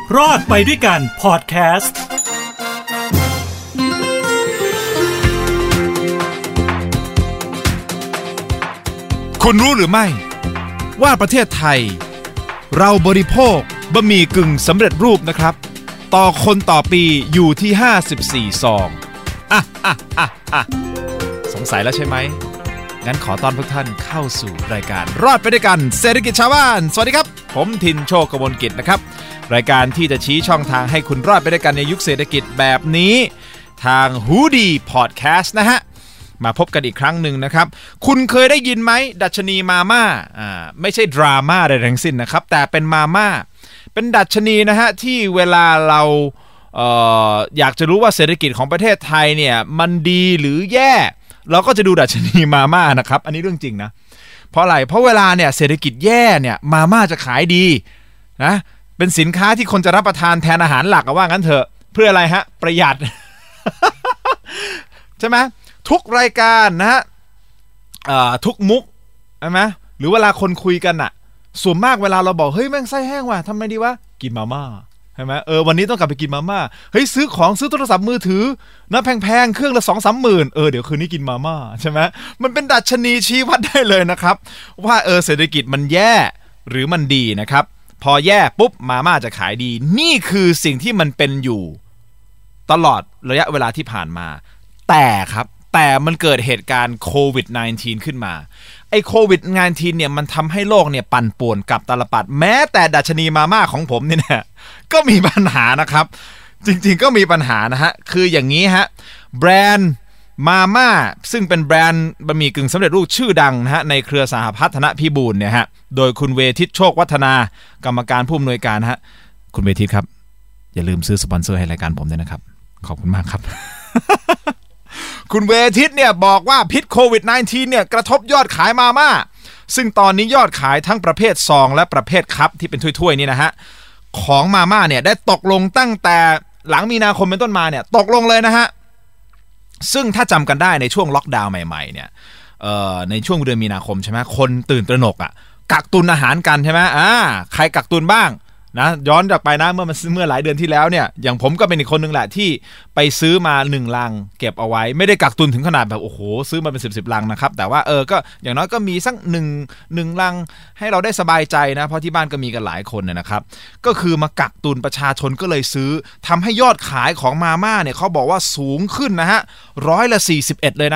รอดไปด้วยกันพอดแคสต์คุณรู้หรือไม่ว่าประเทศไทยเราบริโภคบะหมี่กึ่งสำเร็จรูปนะครับต่อคนต่อปีอยู่ที่54ซองสงสัยแล้วใช่ไหมงั้นขอต้อนทุกท่านเข้าสู่รายการรอดไปด้วยกันเศรษฐกิจชาวบ้านสวัสดีครับผมทินโชคกมลกิจนะครับรายการที่จะชี้ช่องทางให้คุณรอดไปด้วยกันในยุคเศรษฐกิจแบบนี้ทางฮูดีพอดแคสต์นะฮะมาพบกันอีกครั้งหนึ่งนะครับคุณเคยได้ยินไหมดัชนีมาม่าไม่ใช่ดราม่าใดทั้งสิ้นนะครับแต่เป็นมาม่าเป็นดัชนีนะฮะที่เวลาเราอยากจะรู้ว่าเศรษฐกิจของประเทศไทยเนี่ยมันดีหรือแย่เราก็จะดูดัชนีมาม่านะครับอันนี้เรื่องจริงนะเพราะอะไรเพราะเวลาเนี่ยเศรษฐกิจแย่เนี่ยมาม่าจะขายดีนะเป็นสินค้าที่คนจะรับประทานแทนอาหารหลักว่างั้นเถอะเพื่ออะไรฮะประหยัด ใช่ไหมทุกรายการนะฮะทุกมุกใช่ไหมหรือเวลาคนคุยกันอะส่วนมากเวลาเราบอกเฮ้ยแม่งไส้แห้งว่ะทำไมดีวะกินมาม่าใช่ไหมวันนี้ต้องกลับไปกินมาม่าเฮ้ยซื้อโทรศัพท์มือถือนะแพงๆเครื่องละ 2-3 หมื่นเดี๋ยวคืนนี้กินมาม่าใช่ไหมมันเป็นดัชนีชี้วัดได้เลยนะครับว่าเศรษฐกิจมันแย่หรือมันดีนะครับพอแย่ปุ๊บมาม่าจะขายดีนี่คือสิ่งที่มันเป็นอยู่ตลอดระยะเวลาที่ผ่านมาแต่มันเกิดเหตุการณ์โควิด -19 ขึ้นมาไอ้โควิด -19 เนี่ยมันทำให้โลกเนี่ยปั่นป่วนกับตาลปัดแม้แต่ดัชนีมาม่าของผมเนี่ยก็มีปัญหานะครับจริงๆก็มีปัญหานะฮะคืออย่างนี้ฮะแบรนด์มาม่าซึ่งเป็นแบรนด์บะหมี่กึ่งสำเร็จรูปชื่อดังนะฮะในเครือสหพัฒนพิบูลเนี่ยฮะโดยคุณเวทิตโชควัฒนากรรมการผู้อำนวยการฮะคุณเวทิตครับอย่าลืมซื้อสปอนเซอร์ให้รายการผมด้วยนะครับขอบคุณมากครับ คุณเวทิตเนี่ยบอกว่าพิษโควิด -19 เนี่ยกระทบยอดขายมาม่าซึ่งตอนนี้ยอดขายทั้งประเภทซองและประเภทคัพที่เป็นถ้วยๆนี่นะฮะของมาม่าเนี่ยได้ตกลงตั้งแต่หลังมีนาคมเป็นต้นมาเนี่ยตกลงเลยนะฮะซึ่งถ้าจำกันได้ในช่วงล็อกดาวน์ใหม่ๆเนี่ยในช่วงเดือนมีนาคมใช่ไหมคนตื่นตระหนกกักตุนอาหารกันใช่ไหมใครกักตุนบ้างนะย้อนกลับไปนะเมื่อหลายเดือนที่แล้วเนี่ยอย่างผมก็เป็นอีกคนนึงแหละที่ไปซื้อมา1ลังเก็บเอาไว้ไม่ได้กักตุนถึงขนาดแบบโอ้โหซื้อมาเป็น10ลังนะครับแต่ว่าก็อย่างน้อยก็มีสัก1ลังให้เราได้สบายใจนะเพราะที่บ้านก็มีกันหลายคนนะครับก็คือมากักตุนประชาชนก็เลยซื้อทำให้ยอดขายของมาม่าเนี่ยเขาบอกว่าสูงขึ้นนะฮะ41%เลยนะ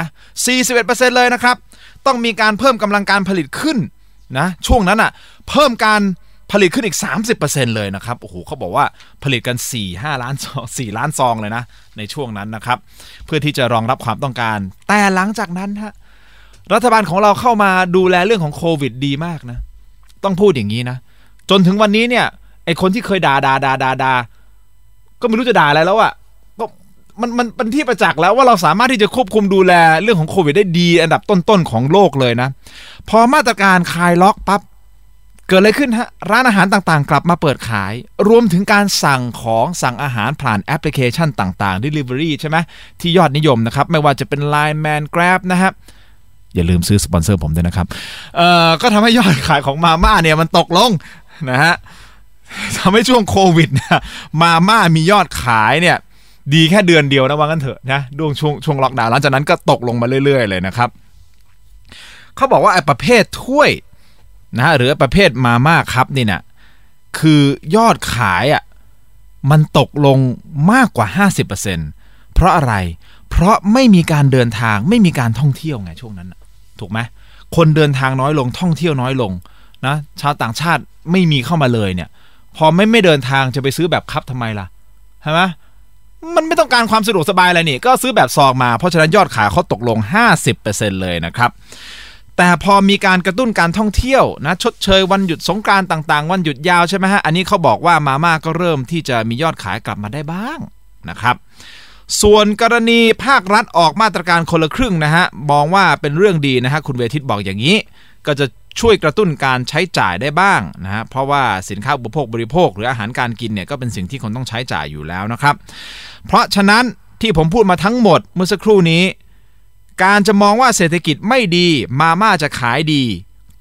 41% เลยนะครับต้องมีการเพิ่มกำลังการผลิตขึ้นนะช่วงนั้นเพิ่มการผลิตขึ้นอีก 30% เลยนะครับโอ้โหเขาบอกว่าผลิตกัน 4 ล้านซองเลยนะในช่วงนั้นนะครับเพื่อที่จะรองรับความต้องการแต่หลังจากนั้นฮะรัฐบาลของเราเข้ามาดูแลเรื่องของโควิดดีมากนะต้องพูดอย่างนี้นะจนถึงวันนี้เนี่ยไอคนที่เคยด่าก็ไม่รู้จะด่าอะไรแล้วก็มันเป็นที่ประจักษ์แล้วว่าเราสามารถที่จะควบคุมดูแลเรื่องของโควิดได้ดีอันดับต้นๆของโลกเลยนะพอมาตรการคลายล็อกปั๊บเกิดอะไรขึ้นฮะร้านอาหารต่างๆกลับมาเปิดขายรวมถึงการสั่งอาหารผ่านแอปพลิเคชันต่างๆ Delivery ใช่ไหมที่ยอดนิยมนะครับไม่ว่าจะเป็น Line Man Grab นะครับอย่าลืมซื้อสปอนเซอร์ผมด้วยนะครับก็ทำให้ยอดขายของมาม่าเนี่ยมันตกลงนะฮะทำให้ช่วงโควิดเนี่ยมาม่ามียอดขายเนี่ยดีแค่เดือนเดียวนะว่างั้นเถอะนะช่วงล็อกดาวน์หลังจากนั้นก็ตกลงมาเรื่อยๆเลยนะครับเขาบอกว่าไอ้ประเภทถ้วยนะหรือประเภทมาม่าครับนี่นะคือยอดขายมันตกลงมากกว่า 50% เพราะอะไรเพราะไม่มีการเดินทางไม่มีการท่องเที่ยวไงช่วงนั้นถูกไหมคนเดินทางน้อยลงท่องเที่ยวน้อยลงนะชาวต่างชาติไม่มีเข้ามาเลยเนี่ยพอไม่เดินทางจะไปซื้อแบบคัพทำไมล่ะใช่ไหมมันไม่ต้องการความสะดวกสบายอะไรนี่ก็ซื้อแบบซองมาเพราะฉะนั้นยอดขายเขาตกลง 50% เลยนะครับแต่พอมีการกระตุ้นการท่องเที่ยวนะชดเชยวันหยุดสงกรานต์ต่างๆวันหยุดยาวใช่ไหมฮะอันนี้เขาบอกว่ามาม่าก็เริ่มที่จะมียอดขายกลับมาได้บ้างนะครับส่วนกรณีภาครัฐออกมาตรการคนละครึ่งนะฮะมองว่าเป็นเรื่องดีนะฮะคุณเวทิตบอกอย่างนี้ก็จะช่วยกระตุ้นการใช้จ่ายได้บ้างนะฮะเพราะว่าสินค้าอุปโภคบริโภคหรืออาหารการกินเนี่ยก็เป็นสิ่งที่คนต้องใช้จ่ายอยู่แล้วนะครับเพราะฉะนั้นที่ผมพูดมาทั้งหมดเมื่อสักครู่นี้การจะมองว่าเศรษฐกิจไม่ดีมาม่าจะขายดี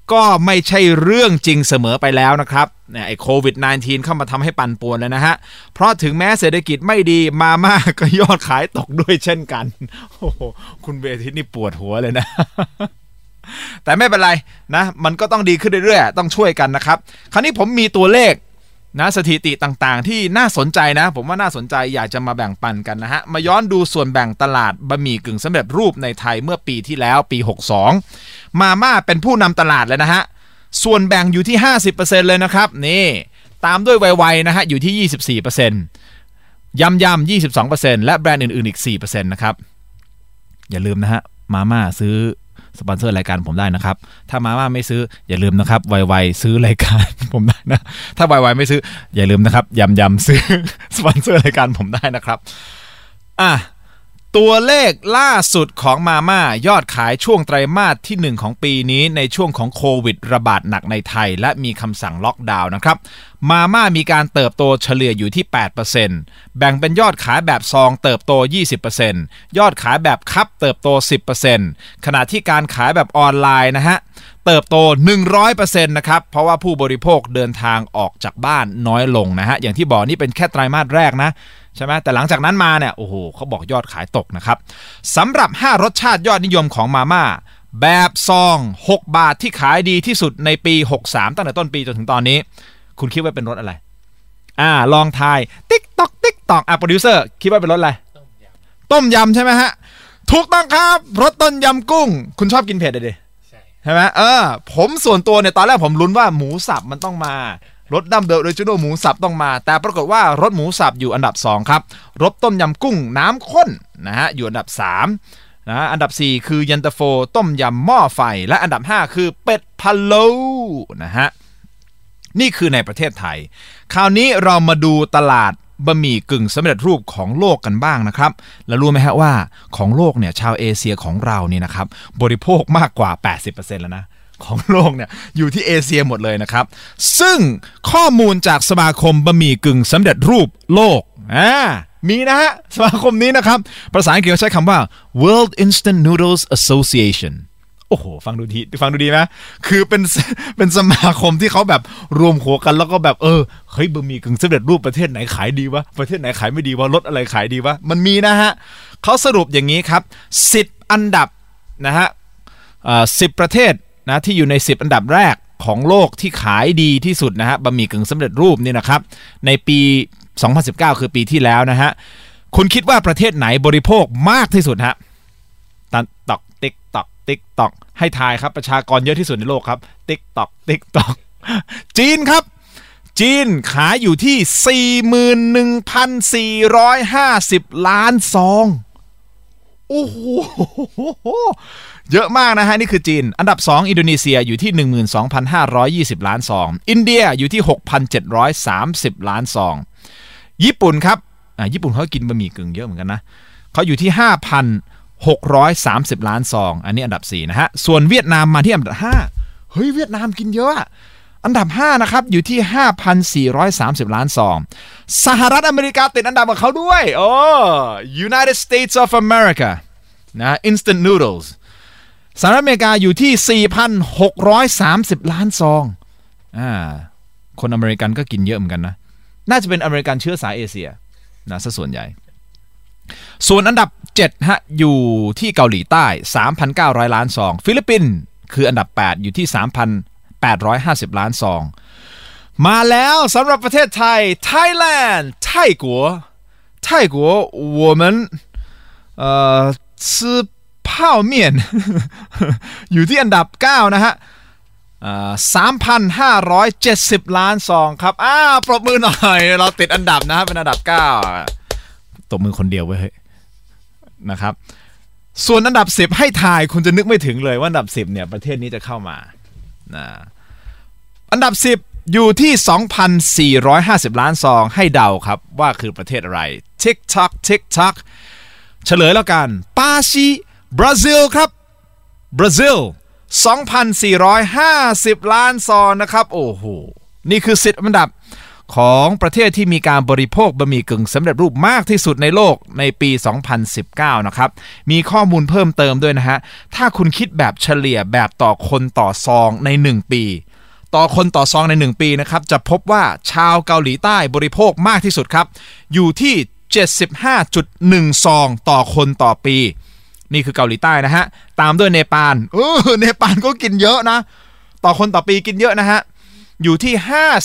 ก็ไม่ใช่เรื่องจริงเสมอไปแล้วนะครับไอ้โควิด -19 เข้ามาทำให้ปั่นป่วนเลยนะฮะเพราะถึงแม้เศรษฐกิจไม่ดีมาม่าก็ยอดขายตกด้วยเช่นกันโอ้โหคุณเบทิสนี่ปวดหัวเลยนะแต่ไม่เป็นไรนะมันก็ต้องดีขึ้นเรื่อยๆต้องช่วยกันนะครับคราวนี้ผมมีตัวเลขนะสถิติต่างๆที่น่าสนใจนะผมว่าน่าสนใจอยากจะมาแบ่งปันกันนะฮะมาย้อนดูส่วนแบ่งตลาดบะหมี่กึ่งสำเร็จรูปในไทยเมื่อปีที่แล้วปี62มาม่าเป็นผู้นำตลาดเลยนะฮะส่วนแบ่งอยู่ที่ 50% เลยนะครับนี่ตามด้วยไวๆนะฮะอยู่ที่ 24% ยำ 22% และแบรนด์อื่นๆอีก 4% นะครับอย่าลืมนะฮะมาม่าซื้อสปอนเซอร์รายการผมได้นะครับถ้ามาม่าไม่ซื้ออย่าลืมนะครับไวๆซื้อรายการผมได้นะถ้าไวๆไม่ซื้ออย่าลืมนะครับยำซื้อสปอนเซอร์รายการผมได้นะครับตัวเลขล่าสุดของมาม่ายอดขายช่วงไตรมาสที่1ของปีนี้ในช่วงของโควิดระบาดหนักในไทยและมีคำสั่งล็อกดาวน์นะครับมาม่ามีการเติบโตเฉลี่ยอยู่ที่ 8% แบ่งเป็นยอดขายแบบซองเติบโต 20% ยอดขายแบบคัพเติบโต 10% ขณะที่การขายแบบออนไลน์นะฮะเติบโต 100% นะครับเพราะว่าผู้บริโภคเดินทางออกจากบ้านน้อยลงนะฮะอย่างที่บอกนี่เป็นแค่ไตรมาสแรกนะใช่ไหมแต่หลังจากนั้นมาเนี่ยโอ้โหเขาบอกยอดขายตกนะครับสำหรับ5รสชาติยอดนิยมของมาม่าแบบซอง6 บาทที่ขายดีที่สุดในปี63ตั้งแต่ต้นปีจนถึงตอนนี้คุณคิดว่าเป็นรสอะไรลองทายติ๊กตอกโปรดิวเซอร์คิดว่าเป็นรสอะไรต้มยำใช่ไหมฮะถูกต้องครับรสต้มยำกุ้งคุณชอบกินเผ็ดดิใช่ไหมผมส่วนตัวเนี่ยตอนแรกผมลุ้นว่าหมูสับมันต้องมารสดั้มเดิมออริจินอลหมูสับต้องมาแต่ปรากฏว่ารสหมูสับอยู่อันดับ2ครับรสต้มยำกุ้งน้ำข้นนะฮะอยู่อันดับ3นะอันดับ4คือเย็นตาโฟต้มยำหม้อไฟและอันดับ5คือเป็ดพะโล้นะฮะนี่คือในประเทศไทยคราวนี้เรามาดูตลาดบะหมี่กึ่งสำเร็จรูปของโลกกันบ้างนะครับแล้วรู้ไหมฮะว่าของโลกเนี่ยชาวเอเชียของเรานี่นะครับบริโภคมากกว่า 80% แล้วนะของโลกเนี่ยอยู่ที่เอเชียหมดเลยนะครับซึ่งข้อมูลจากสมาคมบะหมี่กึ่งสำเร็จรูปโลกมีนะฮะสมาคมนี้นะครับภาษาอังกฤษใช้คำว่า World Instant Noodles Association โอ้โหฟังดูดีไหมคือเป็นสมาคมที่เขาแบบรวมหัวกันแล้วก็แบบเฮ้ยบะหมี่กึ่งสำเร็จรูปประเทศไหนขายดีวะประเทศไหนขายไม่ดีวะรสอะไรขายดีวะมันมีนะฮะเขาสรุปอย่างนี้ครับ10อันดับนะฮะ10ประเทศนะที่อยู่ใน10อันดับแรกของโลกที่ขายดีที่สุดนะฮะบะหมี่กึ่งสำเร็จรูปนี่นะครับในปี2019คือปีที่แล้วนะฮะคุณคิดว่าประเทศไหนบริโภคมากที่สุดฮะติ๊กตอกให้ทายครับประชากรเยอะที่สุดในโลกครับติ๊กตอกจีนครับจีนขายอยู่ที่ 41,450 ล้านซองโอ้โหเยอะมากนะฮะนี่คือจีนอันดับ2อินโดนีเซียอยู่ที่ 12,520 ล้านซองอินเดียอยู่ที่ 6,730 ล้านซองญี่ปุ่นครับญี่ปุ่นเขากินบะหมี่กึ่งเยอะเหมือนกันนะเขาอยู่ที่ 5,630 ล้านซองอันนี้อันดับ4นะฮะส่วนเวียดนามมาที่อันดับ5เฮ้ยเวียดนามกินเยอะอันดับ5นะครับอยู่ที่ 5,430 ล้านซองสหรัฐอเมริกาติดอันดับกับเขาด้วยUnited States of America นะ Instant Noodles สหรัฐอเมริกาอยู่ที่ 4,630 ล้านซองคนอเมริกันก็กินเยอะเหมือนกันนะน่าจะเป็นอเมริกันเชื้อสายเอเชียนะซะส่วนใหญ่ส่วนอันดับ7ฮะอยู่ที่เกาหลีใต้ 3,900 ล้านซองฟิลิปปินส์คืออันดับ8อยู่ที่ 3,850 ล้านซองมาแล้วสำหรับประเทศไทย Thailand ไทยกัว我们吃泡面อยู่ที่อันดับ9นะฮะ3,570 ล้านซองครับปรบมือหน่อยเราติดอันดับนะเป็นอันดับ9ตบมือคนเดียวไว้นะครับส่วนอันดับ10ให้ทายคุณจะนึกไม่ถึงเลยว่าอันดับ10เนี่ยประเทศนี้จะเข้ามาอันดับ10อยู่ที่ 2,450 ล้านซองให้เดาครับว่าคือประเทศอะไร ทิกท็อกเฉลยแล้วกันบราซิลครับบราซิล 2,450 ล้านซองนะครับโอ้โหนี่คือ10อันดับของประเทศที่มีการบริโภคบะหมี่กึ่งสำเร็จรูปมากที่สุดในโลกในปี 2019 นะครับมีข้อมูลเพิ่มเติมด้วยนะฮะถ้าคุณคิดแบบเฉลี่ยแบบต่อคนต่อซองใน1ปีต่อคนต่อซองใน1ปีนะครับจะพบว่าชาวเกาหลีใต้บริโภคมากที่สุดครับอยู่ที่ 75.1 ซองต่อคนต่อปีนี่คือเกาหลีใต้นะฮะตามด้วยเนปาลเนปาลก็กินเยอะนะต่อคนต่อปีกินเยอะนะฮะอยู่ที่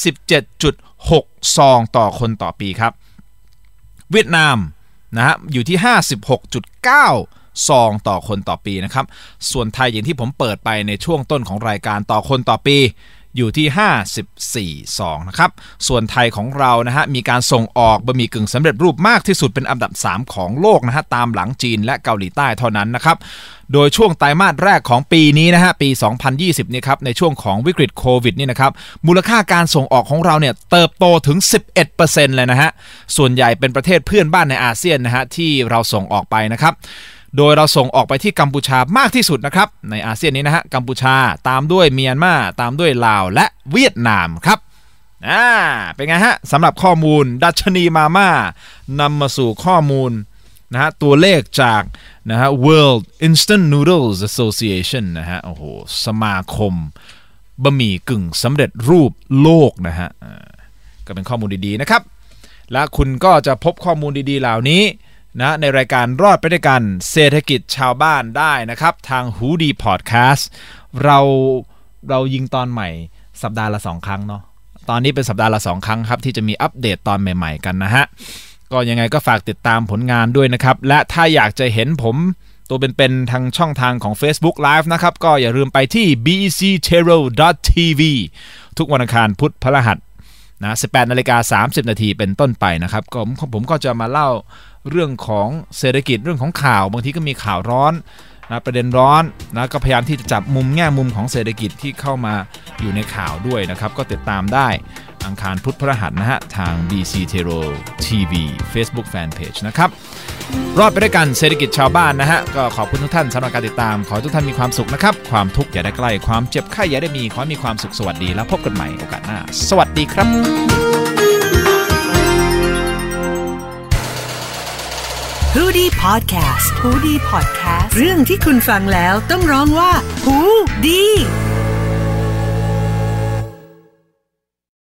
57.6 ซองต่อคนต่อปีครับเวียดนามนะฮะอยู่ที่ 56.9 ซองต่อคนต่อปีนะครับส่วนไทยอย่างที่ผมเปิดไปในช่วงต้นของรายการต่อคนต่อปีอยู่ที่54ซองนะครับส่วนไทยของเรานะฮะมีการส่งออกบะหมี่กึ่งสำเร็จรูปมากที่สุดเป็นอันดับ3ของโลกนะฮะตามหลังจีนและเกาหลีใต้เท่านั้นนะครับโดยช่วงไตรมาสแรกของปีนี้นะฮะปี 2020 นี่ครับในช่วงของวิกฤตโควิดนี่นะครับมูลค่าการส่งออกของเราเนี่ยเติบโตถึง 11% เลยนะฮะส่วนใหญ่เป็นประเทศเพื่อนบ้านในอาเซียนนะฮะที่เราส่งออกไปนะครับโดยเราส่งออกไปที่กัมพูชามากที่สุดนะครับในอาเซียนนี้นะฮะกัมพูชาตามด้วยเมียนมาตามด้วยลาวและเวียดนามครับเป็นไงฮะสำหรับข้อมูลดัชนีมาม่านำมาสู่ข้อมูลนะฮะตัวเลขจากนะฮะ World Instant Noodles Association นะฮะโอ้โหสมาคมบะหมี่กึ่งสำเร็จรูปโลกนะฮะก็เป็นข้อมูลดีๆนะครับและคุณก็จะพบข้อมูลดีๆเหล่านี้นะในรายการรอดไปด้วยกันเศรษฐกิจชาวบ้านได้นะครับทางหูดีพอดแคสต์เรายิงตอนใหม่สัปดาห์ละ2ครั้งเนาะตอนนี้เป็นสัปดาห์ละ2ครั้งครับที่จะมีอัปเดตตอนใหม่ๆกันนะฮะก็ยังไงก็ฝากติดตามผลงานด้วยนะครับและถ้าอยากจะเห็นผมตัวเป็นทางช่องทางของ Facebook Live นะครับก็อย่าลืมไปที่ bectero.tv ทุกวันอังคารพุธพฤหัสนะ 18:30 นาทีเป็นต้นไปนะครับก็ผมก็จะมาเล่าเรื่องของเศรษฐกิจเรื่องของข่าวบางทีก็มีข่าวร้อนนะประเด็นร้อนนะก็พยายามที่จะจับมุมแง่มุมของเศรษฐกิจที่เข้ามาอยู่ในข่าวด้วยนะครับก็ติดตามได้อังคารพุธพฤหัสนะฮะทาง BCTero TV Facebook Fanpage นะครับรอดไปด้วยกันเศรษฐกิจชาวบ้านนะฮะก็ขอบคุณทุกท่านสำหรับการติดตามขอให้ทุกท่านมีความสุขนะครับความทุกข์อย่าได้ใกล้ความเจ็บไข้อย่าได้มีขอให้มีความสุขสวัสดีแล้วพบกันใหม่โอกาสหน้าสวัสดีครับฮูดี้พอดแคสต์ฮูดี้พอดแคสต์เรื่องที่คุณฟังแล้วต้องร้องว่าฮูดี